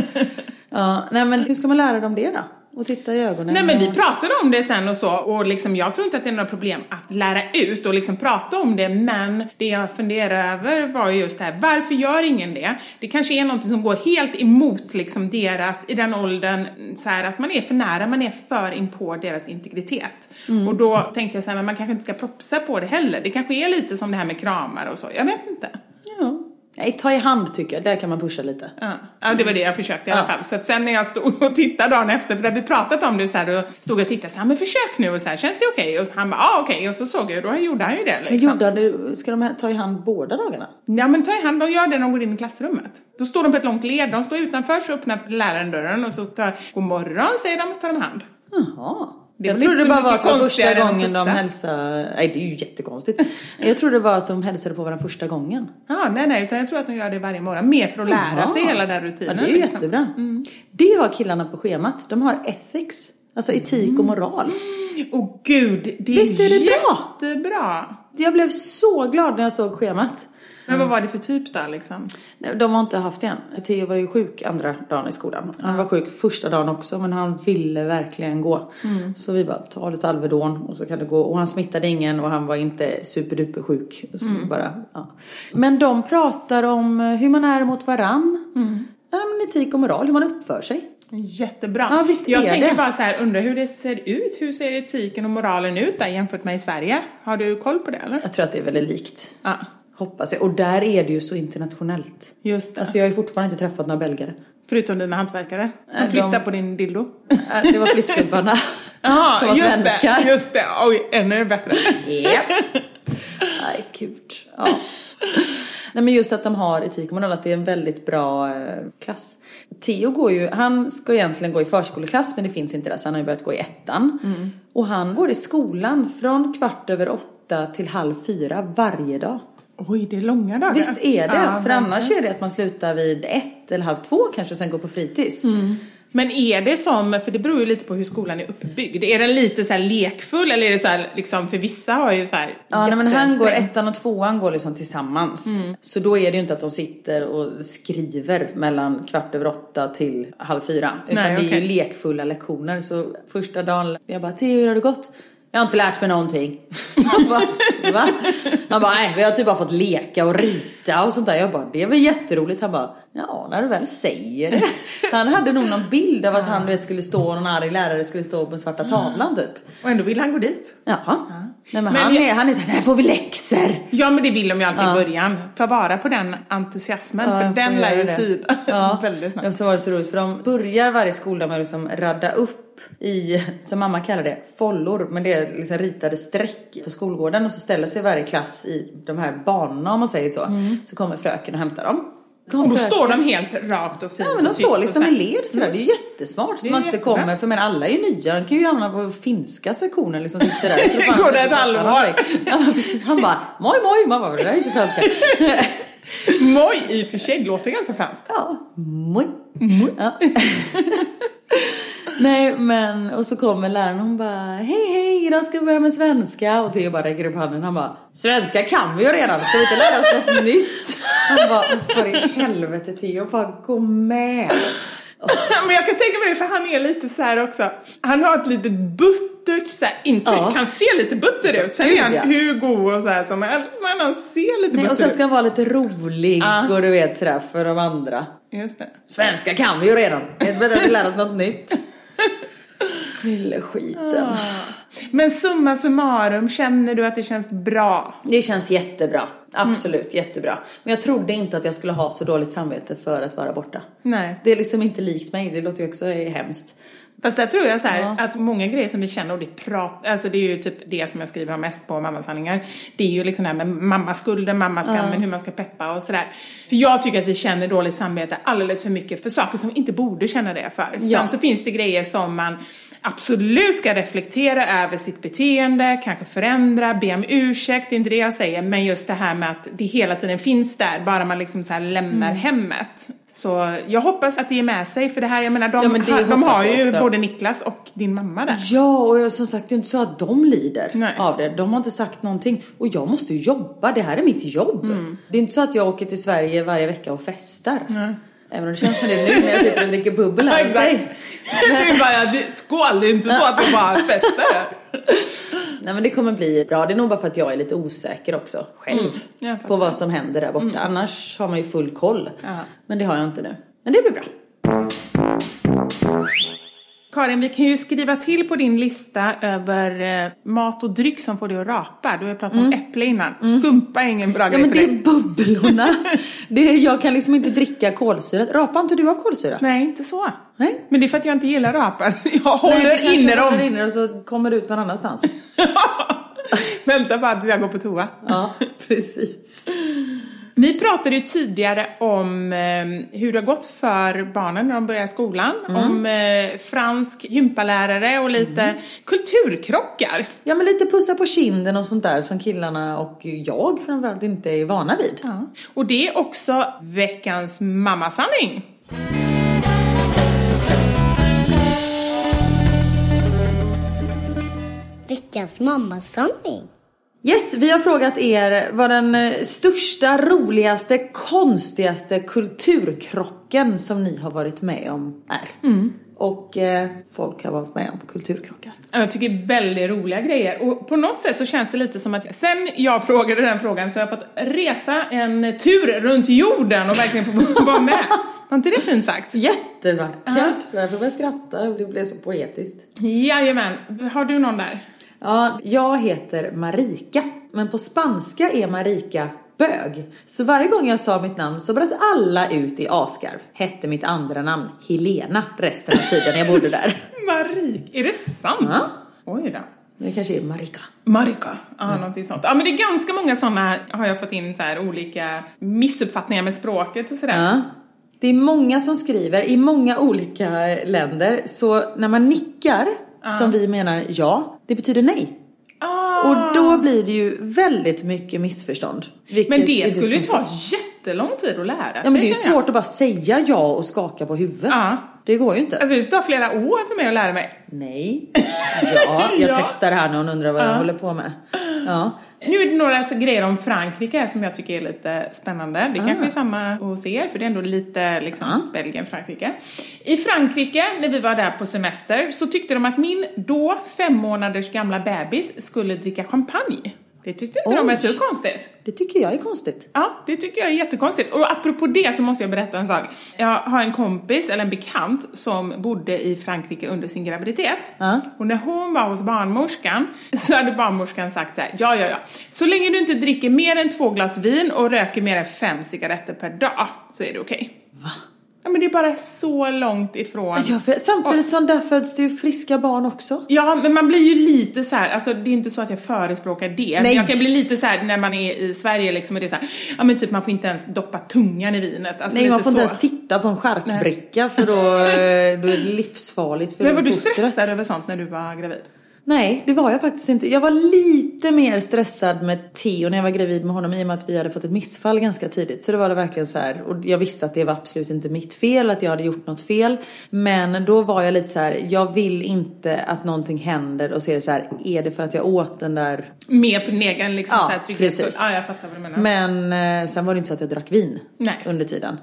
Nej men hur ska man lära dem det då? Och titta i ögonen. Nej men vi pratade om det sen och så. Och liksom, jag tror inte att det är några problem att lära ut och liksom prata om det. Men det jag funderar över var just det här. Varför gör ingen det? Det kanske är något som går helt emot liksom deras, i den åldern, så här, att man är för nära. Man är för in på deras integritet. Och då tänkte jag så här, men man kanske inte ska propsa på det heller. Det kanske är lite som det här med kramar och så. Jag vet inte. Ja. Nej, ta i hand tycker jag. Där kan man pusha lite. Ja, det var det jag försökte i alla fall. Så att sen när jag stod och tittade dagen efter, för där vi pratat om det så här, då stod jag och tittade så här, men försök nu och så här, känns det okej? Och han bara, okej. Och så såg jag, då gjorde han ju det liksom. Men ska de ta i hand båda dagarna? Ja, men ta i hand, de gör det när de går in i klassrummet. Då står de på ett långt led, de står utanför, så öppnar läraren dörren och så tar, god morgon, säger de och så tar de hand. Jaha. Jag trodde det bara var att första gången de hälsade. Nej, det är ju jättekonstigt. Jag trodde det var att de hälsade på varandra första gången. Ja, nej, utan jag tror att de gör det varje morgon. Mer för att lära sig hela den rutinen. Ja, det är ju jättebra. Det har killarna på schemat. De har ethics. Alltså etik och moral. Gud, det visst är det jättebra. Jag blev så glad när jag såg schemat. Men vad var det för typ där liksom? De har inte haft det än. Theo var ju sjuk andra dagen i skolan. Han var sjuk första dagen också, men han ville verkligen gå. Så vi bara, ta lite Alvedon och så kan det gå. Och han smittade ingen och han var inte superduper sjuk. Så bara, Men de pratar om hur man är mot varann. Etik och moral, hur man uppför sig. Jättebra. Ja, visst jag är tänker det. bara så här, undrar hur det ser ut. Hur ser etiken och moralen ut där jämfört med i Sverige? Har du koll på det eller? Jag tror att det är väldigt likt. Ja. Hoppas jag. Och där är det ju så internationellt. Just det. Alltså jag har ju fortfarande inte träffat några belgare. Förutom dina hantverkare som flyttar på din dildo. Det var flyttgubbarna. Jaha, som var svenskar. Just det. Oj, ännu bättre. Nej, gud. Ja. Nej, men just att de har etik och moral, att det är en väldigt bra klass. Theo går ju, han ska egentligen gå i förskoleklass, men det finns inte där, så han har ju börjat gå i 1:an. Och han går i skolan från 3:15 till 3:30 varje dag. Oj, det är långa dagar. Visst är det, ja, för annars är det att man slutar vid 1 eller 1:30 kanske och sen går på fritids. Men är det som, för det beror ju lite på hur skolan är uppbyggd. Är den lite så här lekfull eller är det så här, liksom, för vissa har ju så här. Ja, nej, men han går 1:an och 2:an går liksom tillsammans. Så då är det ju inte att de sitter och skriver mellan 7:15 till 3:30. Utan det är ju lekfulla lektioner. Så första dagen, jag bara, Theo, hur har det gått? Jag har inte lärt mig någonting. Han bara, va? Han bara, nej, vi har typ bara fått leka och rita och sånt där. Jag bara, det är väl jätteroligt. Han bara, ja, när du väl säger det. Han hade nog någon bild av att han skulle stå, någon arg lärare skulle stå på den svarta tavlan typ. Och ändå vill han gå dit. Ja. Nej, men han är så här, här får vi läxor. Ja, men det vill de ju alltid i början. Ta vara på den entusiasmen, för den lär ju sida väldigt snabbt. Så var det så roligt, för de börjar varje skola med att liksom radda upp i, som mamma kallar det, follor. Men det är liksom ritade streck på skolgården. Och så ställer sig varje klass i de här banorna, om man säger så. Så kommer fröken och hämtar dem. Och då står de helt rakt och fint. Ja, men de står liksom i led sådär. Det är ju jättesmart. Så man inte kommer, för men alla är ju nya. De kan ju hamna på finska sektionen liksom, sitter där. Går det ett halvår? Han bara, moj, mamma, det där är inte franska. Moj, i och för sig låter ganska franskt. Ja, moj. Ja. Nej, men och så kommer läraren och hon bara, hej, idag ska vi börja med svenska. Och Theo bara räcker upp handen. Han bara, svenska kan vi ju redan, ska vi inte lära oss något nytt? Han bara, för i helvete Theo, bara gå med. Men jag kan tänka mig det, för han är lite så här också. Han har ett litet buttert så här intryck. Han ser lite butter ut. Sen är han hur god och så här som helst. Men han ser lite butter ut. Och sen ska han vara lite rolig och du vet sådär för de andra. Just det. Svenska kan vi ju redan. Jag vet att vi lär oss något nytt. Lille skiten. Men summa summarum, känner du att det känns bra? Det känns jättebra. Absolut, jättebra. Men jag trodde inte att jag skulle ha så dåligt samvete för att vara borta. Nej. Det är liksom inte likt mig. Det låter ju också hemskt. Fast där tror jag så här, att många grejer som vi känner, och alltså det är ju typ det som jag skriver om mest på mammasanningar. Det är ju liksom det här med mammaskulden, mammaskammen, hur man ska peppa och sådär. För jag tycker att vi känner dåligt samvete alldeles för mycket för saker som vi inte borde känna det för. Sen så finns det grejer som man absolut ska reflektera över sitt beteende, kanske förändra, be om ursäkt, det är inte det jag säger. Men just det här med att det hela tiden finns där, bara man liksom så här lämnar hemmet. Så jag hoppas att det är med sig, för det här, jag menar, de har ju också både Niklas och din mamma där. Ja, och som sagt, det är inte så att de lider av det. De har inte sagt någonting. Och jag måste ju jobba, det här är mitt jobb. Det är inte så att jag åker till Sverige varje vecka och festar. Även om det känns som det nu när jag sitter och dricker bubbel här hos dig. Det är bara, skål, det är inte så att du bara festar. Nej, men det kommer bli bra. Det är nog bara för att jag är lite osäker också själv på vad som händer där borta. Annars har man ju full koll. Men det har jag inte nu. Men det blir bra. Karin, vi kan ju skriva till på din lista över mat och dryck som får dig att rapa. Du har pratat om äpple innan. Skumpa är ingen bra grej för dig. Ja, men det är bubblorna. Jag kan liksom inte dricka kolsyra. Rapar inte du av kolsyra? Nej, inte så. Nej. Men det är för att jag inte gillar rapar. Jag håller inne dem. Håller inne och så kommer det ut någon annanstans. Vänta på att jag går på toa. Ja, precis. Vi pratade ju tidigare om hur det har gått för barnen när de börjar skolan. Om fransk gympalärare och lite kulturkrockar. Ja, men lite pussa på kinden och sånt där som killarna och jag framförallt inte är vana vid. Ja. Och det är också veckans mammasanning. Veckans mammasanning. Yes, vi har frågat er vad den största, roligaste, konstigaste kulturkrocken som ni har varit med om är. Och folk har varit med om kulturkrockar. Jag tycker väldigt roliga grejer. Och på något sätt så känns det lite som att sen jag frågade den frågan så har jag fått resa en tur runt jorden och verkligen få vara med. Var inte det fint sagt? Jättevackert. Jag började skratta och det blev så poetiskt. Jajamän. Har du någon där? Ja, jag heter Marika. Men på spanska är Marika bög. Så varje gång jag sa mitt namn så bröt alla ut i asgarv. Hette mitt andra namn Helena resten av tiden jag bodde där. Marika, är det sant? Ja. Oj då. Det kanske är Marika. Ja, någonting sånt. Ja, men det är ganska många sådana har jag fått in så här olika missuppfattningar med språket och sådär. Ja. Det är många som skriver i många olika länder. Så när man nickar, som vi menar ja, det betyder nej. Och då blir det ju väldigt mycket missförstånd. Men det skulle ju ta jättelång tid att lära sig. Ja, men det är ju svårt att bara säga ja och skaka på huvudet. Ja. Det går ju inte. Alltså det tar flera år för mig att lära mig. Nej. Ja, jag testar här nu och undrar vad jag håller på med. Ja. Nu är det några grejer om Frankrike som jag tycker är lite spännande. Det kanske är samma hos er, för det är ändå lite liksom Belgien, Frankrike. I Frankrike, när vi var där på semester, så tyckte de att min då 5 månaders gamla bebis skulle dricka champagne. Det tyckte inte de var ett konstigt. Det tycker jag är konstigt. Ja, det tycker jag är jättekonstigt. Och apropå det så måste jag berätta en sak. Jag har en kompis, eller en bekant, som bodde i Frankrike under sin graviditet. Och när hon var hos barnmorskan så hade barnmorskan sagt så här: ja. Så länge du inte dricker mer än 2 glas vin och röker mer än 5 cigaretter per dag så är det okej. Va? Ja, men det är bara så långt ifrån. Ja, samtidigt som där föds det ju friska barn också. Ja, men man blir ju lite så här, alltså det är inte så att jag förespråkar det. Men jag kan bli lite så här när man är i Sverige liksom, och det är så här, ja men typ man får inte ens doppa tungan i vinet. Alltså, nej, man får inte ens titta på en charkbricka för då är det livsfarligt för men var du fostret. stressad över sånt när du var gravid? Nej, det var jag faktiskt inte. Jag var lite mer stressad med Theo när jag var gravid med honom i och med att vi hade fått ett missfall ganska tidigt. Så det var det verkligen så här. Och jag visste att det var absolut inte mitt fel, att jag hade gjort något fel. Men då var jag lite så här, jag vill inte att någonting händer och så är det så här, är det för att jag åt den där... Mer för din egen liksom, ja, så här trygghet. Ja, jag fattar vad du menar. Men sen var det inte så att jag drack vin under tiden.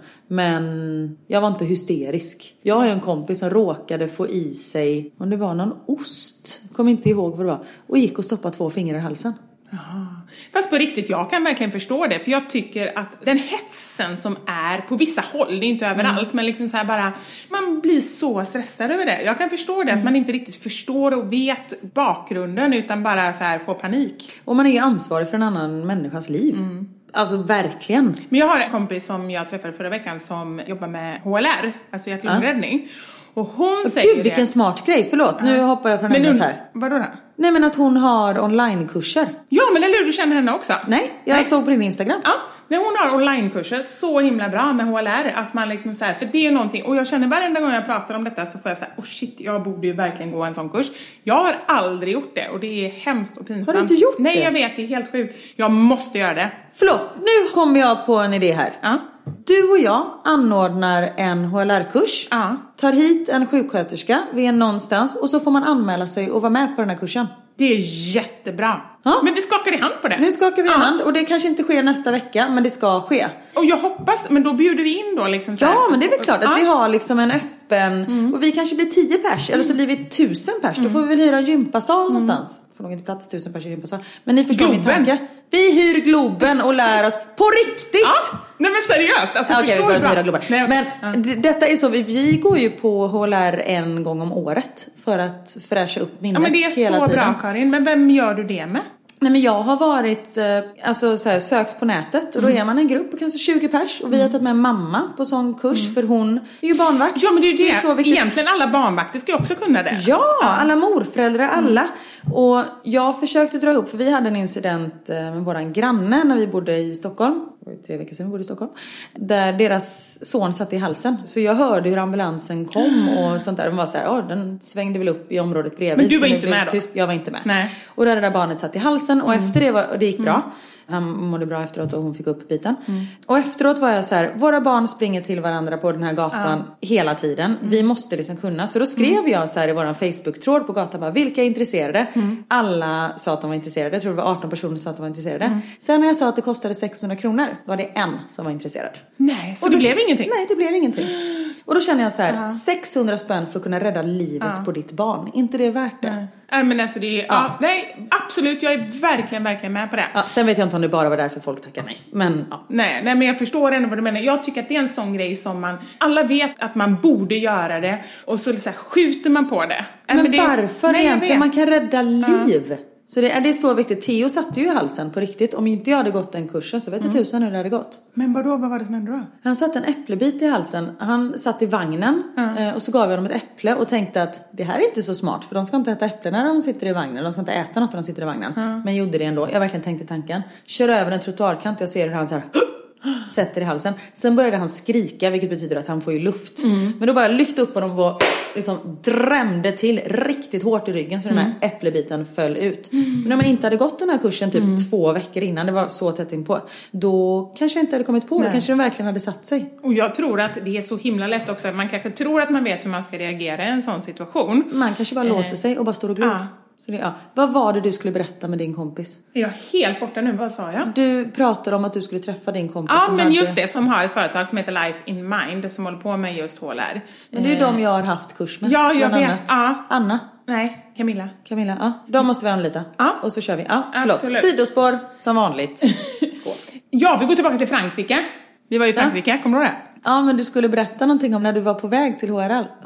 Men jag var inte hysterisk. Jag har ju en kompis som råkade få i sig, om det var någon ost, kom inte ihåg vad det var, och gick och stoppade 2 fingrar i halsen. Aha. Fast på riktigt, jag kan verkligen förstå det. För jag tycker att den hetsen som är på vissa håll, det är inte överallt, men liksom så här bara, man blir så stressad över det. Jag kan förstå det, att man inte riktigt förstår och vet bakgrunden, utan bara så här får panik. Och man är ju ansvarig för en annan människas liv. Alltså verkligen. Men jag har en kompis som jag träffade förra veckan som jobbar med HLR, alltså hjärt-lungräddning. Och hon säger Gud, vilken smart grej. Förlåt, nu hoppar jag från ämnet här. Vadå då? Nej, men att hon har onlinekurser. Ja, men eller du känner henne också? Nej, jag såg på din Instagram. Ja, men hon har onlinekurser så himla bra med HLR. Att man liksom så här, för det är någonting. Och jag känner varenda gång jag pratar om detta så får jag säga, shit, jag borde ju verkligen gå en sån kurs. Jag har aldrig gjort det och det är hemskt och pinsamt. Har du inte gjort det? Nej, jag vet, det är helt sjukt. Jag måste göra det. Förlåt, nu kommer jag på en idé här. Ja. Du och jag anordnar en HLR-kurs. Ja. Tar hit en sjuksköterska vid en någonstans och så får man anmäla sig och vara med på den här kursen. Det är jättebra. Ja. Men vi skakar i hand på det. Nu skakar vi i hand och det kanske inte sker nästa vecka, men det ska ske. Och jag hoppas, men då bjuder vi in då liksom så här. Ja, men det är väl klart att vi har liksom en öppen, och vi kanske blir 10 pers, eller så blir vi 1000 pers. Då får vi väl hyra en gympasal någonstans. Får nog inte plats 1000 pers i gympasal. Men ni förstår min tanke. Vi hyr Globen och lär oss på riktigt. Ja, nej men seriöst. Alltså, okej, vi går inte hyra Globen. Nej, men detta är så, vi går ju på HLR en gång om året för att fräscha upp minnet hela tiden. Ja, men det är så bra, Karin. Men vem gör du det med? Nej, men jag har varit alltså, så här, sökt på nätet och då är man en grupp på kanske 20 pers och vi har tagit med mamma på sån kurs för hon är ju barnvakt. Ja, men det är ju det. Så viktigt. Egentligen alla barnvakter ska ju också kunna det. Ja, alla morföräldrar, alla. Och jag försökte dra ihop, för vi hade en incident med våran granne när vi bodde i Stockholm. Det var 3 veckor sedan vi bodde i Stockholm. Där deras son satt i halsen. Så jag hörde hur ambulansen kom och sånt där. De var så här, den svängde väl upp i området bredvid. Men du var inte med då? Tyst. Jag var inte med. Nej. Och där det barnet satt i halsen och efter det gick bra. Han mådde bra efteråt och hon fick upp biten. Och efteråt var jag så här, våra barn springer till varandra på den här gatan hela tiden. Vi måste liksom kunna. Så då skrev jag så här i våran Facebook-tråd på gatan bara, vilka är intresserade? Alla sa att de var intresserade. Jag tror det var 18 personer som sa att de var intresserade. Sen när jag sa att det kostade 600 kronor var det en som var intresserad. Nej, så det blev ingenting? Nej, det blev ingenting. Och då känner jag så här, 600 spänn för att kunna rädda livet på ditt barn. Inte det är värt det? Nej, men alltså det är, nej, absolut, jag är verkligen med på det. Ja, sen vet jag inte om det bara var därför folk tackar nej. Men, nej, men jag förstår ändå vad du menar. Jag tycker att det är en sån grej som alla vet att man borde göra det. Och så här, skjuter man på det. Men varför egentligen? Man kan rädda liv. Så det är så viktigt. Theo satte ju i halsen på riktigt. Om inte jag hade gått den kursen så vet jag tusan hur det hade gått. Men vad var det som hände då? Han satte en äpplebit i halsen. Han satt i vagnen och så gav jag honom ett äpple och tänkte att det här är inte så smart. För de ska inte äta äpplen när de sitter i vagnen. De ska inte äta något när de sitter i vagnen. Men gjorde det ändå. Jag verkligen tänkte tanken. Kör över en trottoarkant och jag ser hur han så här sätter i halsen. Sen började han skrika, vilket betyder att han får ju luft. Men då bara lyfte upp honom och liksom drämde till riktigt hårt i ryggen så den här äpplebiten föll ut. Men om jag inte hade gått den här kursen typ 2 veckor innan, det var så tätt in på, då kanske jag inte hade kommit på det. Kanske den verkligen hade satt sig. Och jag tror att det är så himla lätt också. Man kanske tror att man vet hur man ska reagera i en sån situation. Man kanske bara låser sig och bara står och glor. Så det, Vad var det du skulle berätta med din kompis? Jag är helt borta nu, vad sa jag? Du pratade om att du skulle träffa din kompis. Ja, men just det, som har ett företag som heter Life in Mind, som håller på med just HLR. Men det är de jag har haft kurs med. Ja, jag vet. Anna? Nej, Camilla. De måste vi anlita. Och så kör vi. Förlåt. Absolut. Sidospår som vanligt. Skål. Ja, vi går tillbaka till Frankrike. Vi var i Frankrike, kommer du ihåg det? Ja, men du skulle berätta någonting om när du var på väg till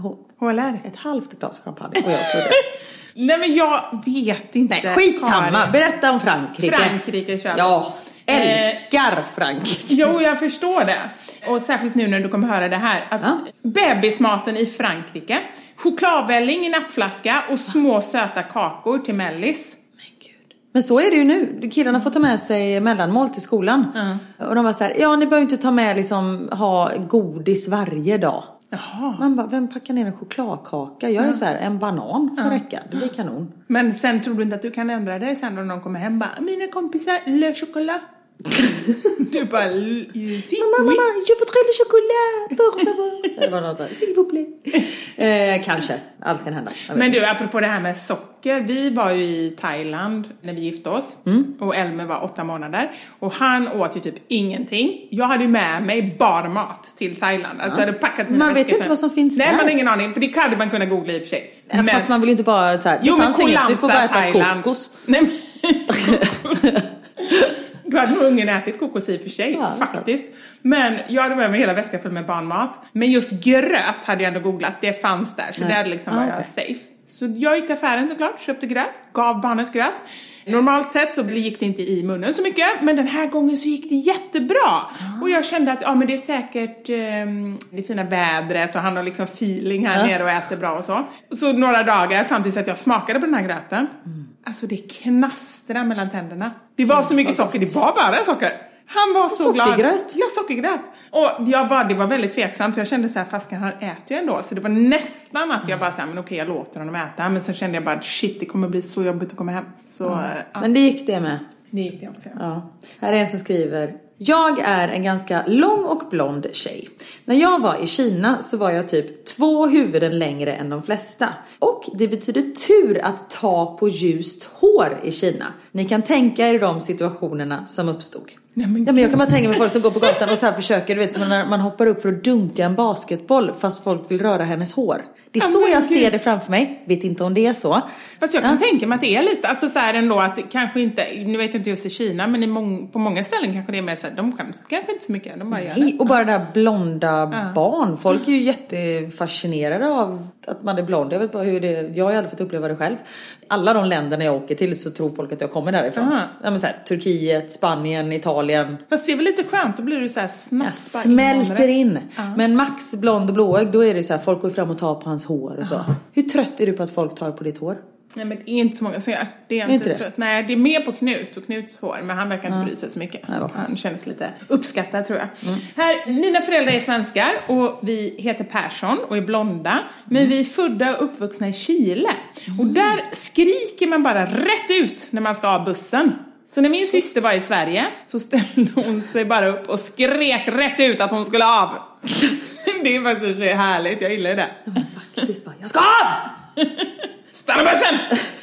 HLR. Ett halvt glas champagne och jag slog det. Nej, men jag vet inte. Nej, skitsamma. Berätta om Frankrike. Frankrike kör vi. Ja, älskar Frankrike. Jo, jag förstår det. Och särskilt nu när du kommer höra det här. Att bebismaten i Frankrike. Chokladvälling i nappflaska och små söta kakor till mellis. Men så är det ju nu. Killarna får ta med sig mellanmål till skolan. Och de var så här, ni behöver inte ta med ha godis varje dag. Jaha. Man bara, vem packar ner en chokladkaka? Jag är så här, en banan får räcka. Det blir kanon. Men sen tror du inte att du kan ändra dig sen när någon kommer hem? Bara, mina kompisar, le chocolat. Du bara, mamma, je voudrais le chocolat. Det var något där, s'il vous plaît. Kanske, allt kan hända. Men du, apropå det här med socker. Vi var ju i Thailand när vi gifte oss. Och Elmer var 8 månader. Och han åt ju typ ingenting. Jag hade ju med mig bara mat till Thailand. Alltså jag hade packat mina man vet ju inte vad som finns där. Nej, man har ingen aning. För det hade man kunna googla i och för sig. Men, fast man vill ju inte bara så här. Det fanns inget, du får bara äta Thailand. kokos. Nej, men kokos. Du hade nog ungen ätit kokos i och för sig, faktiskt. Men jag hade med mig hela väskan full med barnmat. Men just gröt hade jag ändå googlat. Det fanns där, så det hade liksom var jag safe. Så jag gick till affären såklart, köpte gröt, gav barnet gröt. Normalt sett så gick det inte i munnen så mycket. Men den här gången så gick det jättebra. Och jag kände att men det är säkert det fina vädret. Och han har liksom feeling här nere och äter bra och så. Så några dagar fram tills att jag smakade på den här gröten. Alltså det knastrade mellan tänderna. Det var så mycket socker, det var bara socker. Han var så glad. Sockergröt? Ja, sockergröt. Och det var väldigt tveksamt. För jag kände så här, fast han äter ju ändå. Så det var nästan att jag bara sa, men okej, jag låter honom äta. Men sen kände jag bara, shit, det kommer bli så jobbigt att komma hem. Så, Men det gick det med. Det gick det också. Ja. Här är en som skriver: jag är en ganska lång och blond tjej. När jag var i Kina så var jag typ 2 huvuden längre än de flesta. Och det betyder tur att ta på ljust hår i Kina. Ni kan tänka er de situationerna som uppstod. Men jag kan bara tänka mig folk som går på gatan och så här försöker, du vet, som när man hoppar upp för att dunka en basketboll fast folk vill röra hennes hår. Det är så jag ser det framför mig. Vet inte om det är så. Fast jag kan tänka mig att det är lite, alltså så här ändå att kanske inte, nu vet jag inte just i Kina, men på många ställen kanske det är mer så här, de skäms kanske inte så mycket, de bara gör det. Och bara det här blonda barn. Folk är ju jättefascinerade av att man är blond. Jag vet bara hur det, jag har aldrig fått uppleva det själv. Alla de länderna jag åker till så tror folk att jag kommer därifrån. Ja, men så här, Turkiet, Spanien, Italien. Fast det är väl lite skönt, då blir du så här snabbt. Jag smälter in. Men Max blond och blåögd, då är det så här, folk går fram och tar på hans hår och så. Hur trött är du på att folk tar på ditt hår? Nej, men det är inte så många som gör. Det är inte trött. Nej, det är mer på Knut och Knuts hår. Men han verkar inte bry sig så mycket. Han känns lite uppskattad, tror jag. Här, mina föräldrar är svenskar och vi heter Persson och är blonda. Men vi är födda och uppvuxna i Chile. Och där skriker man bara rätt ut när man ska av bussen. Så när min syster var i Sverige så ställde hon sig bara upp och skrek rätt ut att hon skulle av. Det är faktiskt härligt, jag gillar det. Ja, men faktiskt bara, jag ska av! Stanna bussen!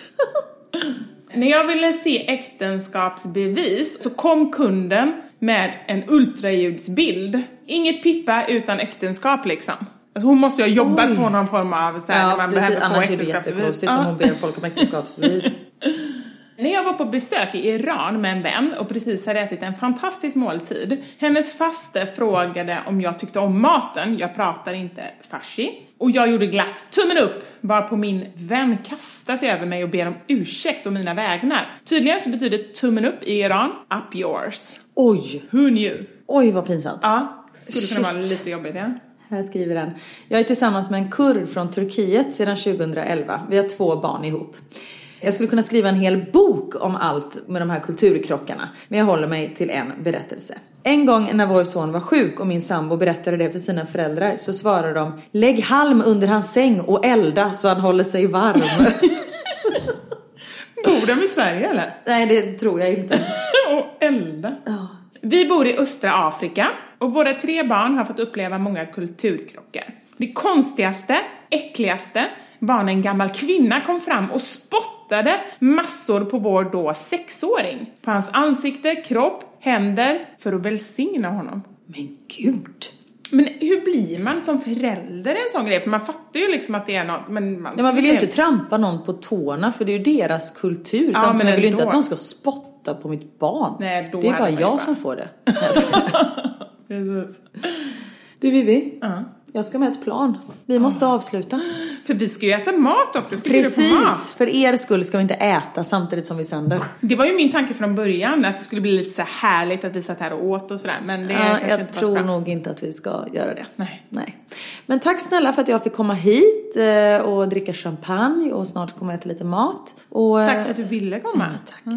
När jag ville se äktenskapsbevis så kom kunden med en ultraljudsbild. Inget pippa utan äktenskap liksom. Alltså hon måste ju ha jobbat på någon form av så här, när man behöver få annars äktenskapsbevis. Annars är det jättekonstigt om hon ber folk om äktenskapsbevis. När jag var på besök i Iran med en vän och precis hade ätit en fantastisk måltid. Hennes faste frågade om jag tyckte om maten. Jag pratar inte farsi. Och jag gjorde glatt tummen upp. Bara på min vän kastar sig över mig och ber om ursäkt om mina vägnar. Tydligen så betyder tummen upp i Iran up yours. Oj. Who knew? Oj, vad pinsamt. Ja, skulle kunna vara lite jobbigt, ja. Här skriver den: jag är tillsammans med en kurd från Turkiet sedan 2011. Vi har 2 barn ihop. Jag skulle kunna skriva en hel bok om allt med de här kulturkrockarna. Men jag håller mig till en berättelse. En gång när vår son var sjuk och min sambo berättade det för sina föräldrar så svarade de: lägg halm under hans säng och elda så han håller sig varm. Bor de i Sverige eller? Nej, det tror jag inte. Och elda. Vi bor i östra Afrika och våra 3 barn har fått uppleva många kulturkrockar. Det konstigaste, äckligaste var när en gammal kvinna kom fram och spottade massor på vår då 6-åring. På hans ansikte, kropp, händer för att välsigna honom. Men gud. Men hur blir man som förälder en sån grej? För man fattar ju liksom att det är något. Men man vill ju inte trampa någon på tårna för det är ju deras kultur. Ja, samtidigt man vill ju inte att någon ska spotta på mitt barn. Nej, då det är bara jag som får det. Precis. Du Vivi, jag ska med ett plan. Vi måste avsluta. För vi ska ju äta mat också. Precis, för er skull ska vi inte äta samtidigt som vi sänder. Det var ju min tanke från början att det skulle bli lite så härligt att vi satt här och åt och sådär. Men det kanske jag inte tror nog inte att vi ska göra det. Nej. Men tack snälla för att jag fick komma hit och dricka champagne och snart kommer jag äta lite mat. Och, tack för att du ville komma. Tack.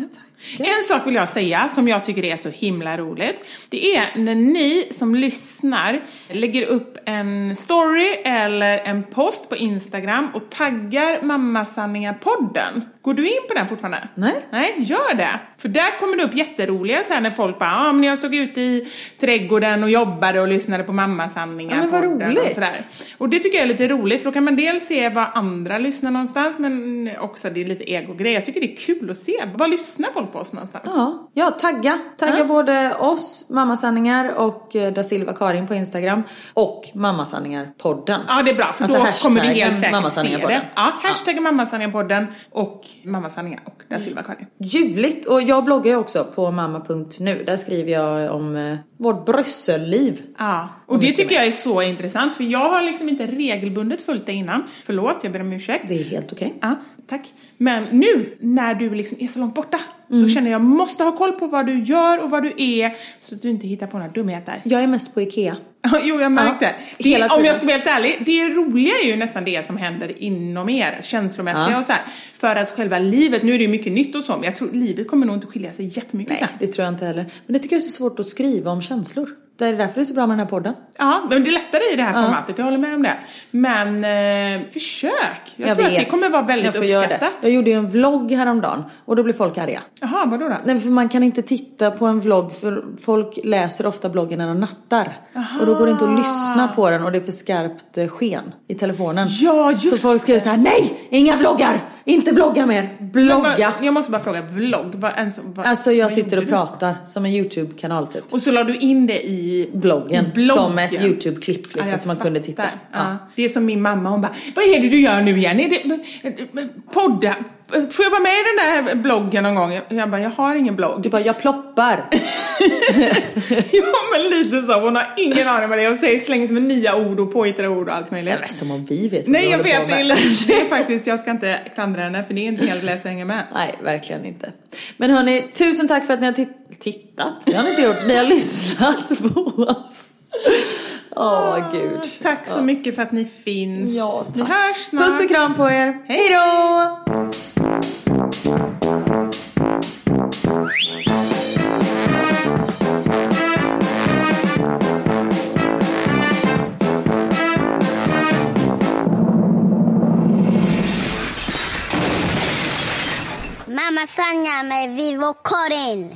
En sak vill jag säga som jag tycker är så himla roligt. Det är när ni som lyssnar lägger upp en story eller en post på Instagram och taggar Mammasanningar-podden. Går du in på den fortfarande? Nej, gör det. För där kommer det upp jätteroliga så här när folk bara, men jag stod ute i trädgården och jobbade och lyssnade på Mammasanningar. Ja, men vad roligt. Och sådär. Och det tycker jag är lite roligt, för då kan man dels se vad andra lyssnar någonstans, men också det är lite egogrej. Jag tycker det är kul att se. Vad lyssnar folk på oss någonstans? Ja, tagga både oss, Mammasanningar och Da Silva Karin på Instagram och Mammasanningar-podden. Ja, det är bra, för alltså då kommer vi helt säkert se det. Ja, hashtag Mammasanningar-podden och Mammasanningar och Da Silva Karin. Ljuvligt, och jag bloggar ju också på mamma.nu. Där skriver jag om vårt brösselliv. Ja, och det tycker jag är så intressant, för jag har liksom inte regelbundet följt det innan. Förlåt, jag ber om ursäkt. Det är helt okej. Ja, tack. Men nu, när du liksom är så långt borta, då känner jag måste ha koll på vad du gör och vad du är, så att du inte hittar på några dumheter. Jag är mest på Ikea. Jo, jag märkte. Det, om jag ska vara helt ärlig, det roliga är ju nästan det som händer inom er, känslomässiga och så här. För att själva livet, nu är det ju mycket nytt och så, men jag tror livet kommer nog inte skilja sig jättemycket sen. Det tror jag inte heller. Men det tycker jag är så svårt att skriva om känslor. Det är därför det är så bra med den här podden. Ja, men det är lättare i det här formatet, jag håller med om det. Men försök. Jag tror att det kommer vara väldigt uppskattat. Jag gjorde ju en vlogg häromdagen och då blev folk arga. Jaha, vadå då? Nej, för man kan inte titta på en vlogg, för folk läser ofta bloggen när de nattar. Aha. Och då går det inte att lyssna på den och det är för skarpt sken i telefonen. Ja, just så folk skriver så här: nej, inga vloggar! Inte vlogga mer, blogga. Jag måste bara fråga, vlogg? Alltså jag sitter och pratar som en YouTube-kanal typ. Och så la du in det i bloggen. Som ett YouTube-klipp liksom, som man kunde titta. Ja. Det är som min mamma, hon bara, vad är det du gör nu igen? Är det podda? Får jag vara med i den där bloggen någon gång? Jag bara, jag har ingen blogg. Du bara, jag ploppar. Ja, men lite så. Hon har ingen aning med det. Och säger slänger som nya ord och påhittade ord och allt möjligt. Jag vet, som om vi vet. Nej, jag vet det är faktiskt, jag ska inte klandra henne, för det är inte helt lätt att hänga med. Nej, verkligen inte. Men hörni, tusen tack för att ni har tittat. Det har ni inte gjort, ni har lyssnat på oss. Gud. Tack så mycket för att ni finns. Ja, tack. Vi hörs snart. Puss och kram på er. Hej då! Mammasanningar med Vivo Karin.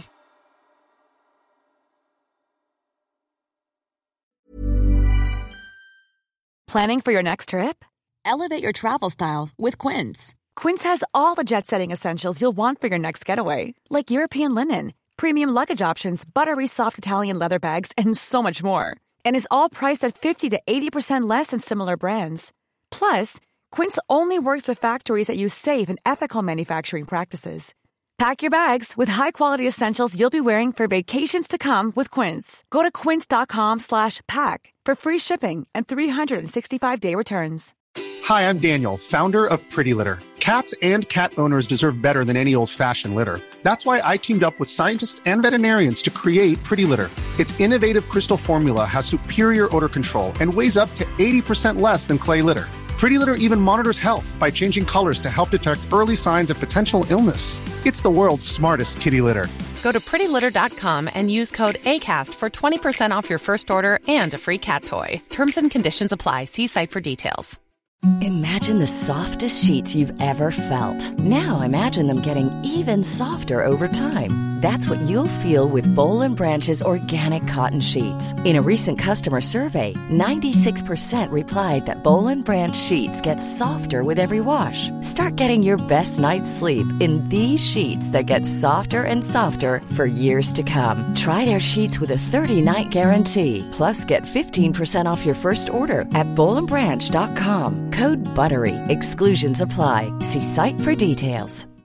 Planning for your next trip? Elevate your travel style with Quince. Quince has all the jet-setting essentials you'll want for your next getaway, like European linen, premium luggage options, buttery soft Italian leather bags, and so much more. And is all priced at 50 to 80% less than similar brands. Plus, Quince only works with factories that use safe and ethical manufacturing practices. Pack your bags with high-quality essentials you'll be wearing for vacations to come with Quince. Go to quince.com/pack for free shipping and 365-day returns. Hi, I'm Daniel, founder of Pretty Litter. Cats and cat owners deserve better than any old-fashioned litter. That's why I teamed up with scientists and veterinarians to create Pretty Litter. Its innovative crystal formula has superior odor control and weighs up to 80% less than clay litter. Pretty Litter even monitors health by changing colors to help detect early signs of potential illness. It's the world's smartest kitty litter. Go to prettylitter.com and use code ACAST for 20% off your first order and a free cat toy. Terms and conditions apply. See site for details. Imagine the softest sheets you've ever felt. Now imagine them getting even softer over time. That's what you'll feel with Boll & Branch's organic cotton sheets. In a recent customer survey, 96% replied that Boll & Branch sheets get softer with every wash. Start getting your best night's sleep in these sheets that get softer and softer for years to come. Try their sheets with a 30-night guarantee. Plus, get 15% off your first order at bollandbranch.com. Code BUTTERY. Exclusions apply. See site for details.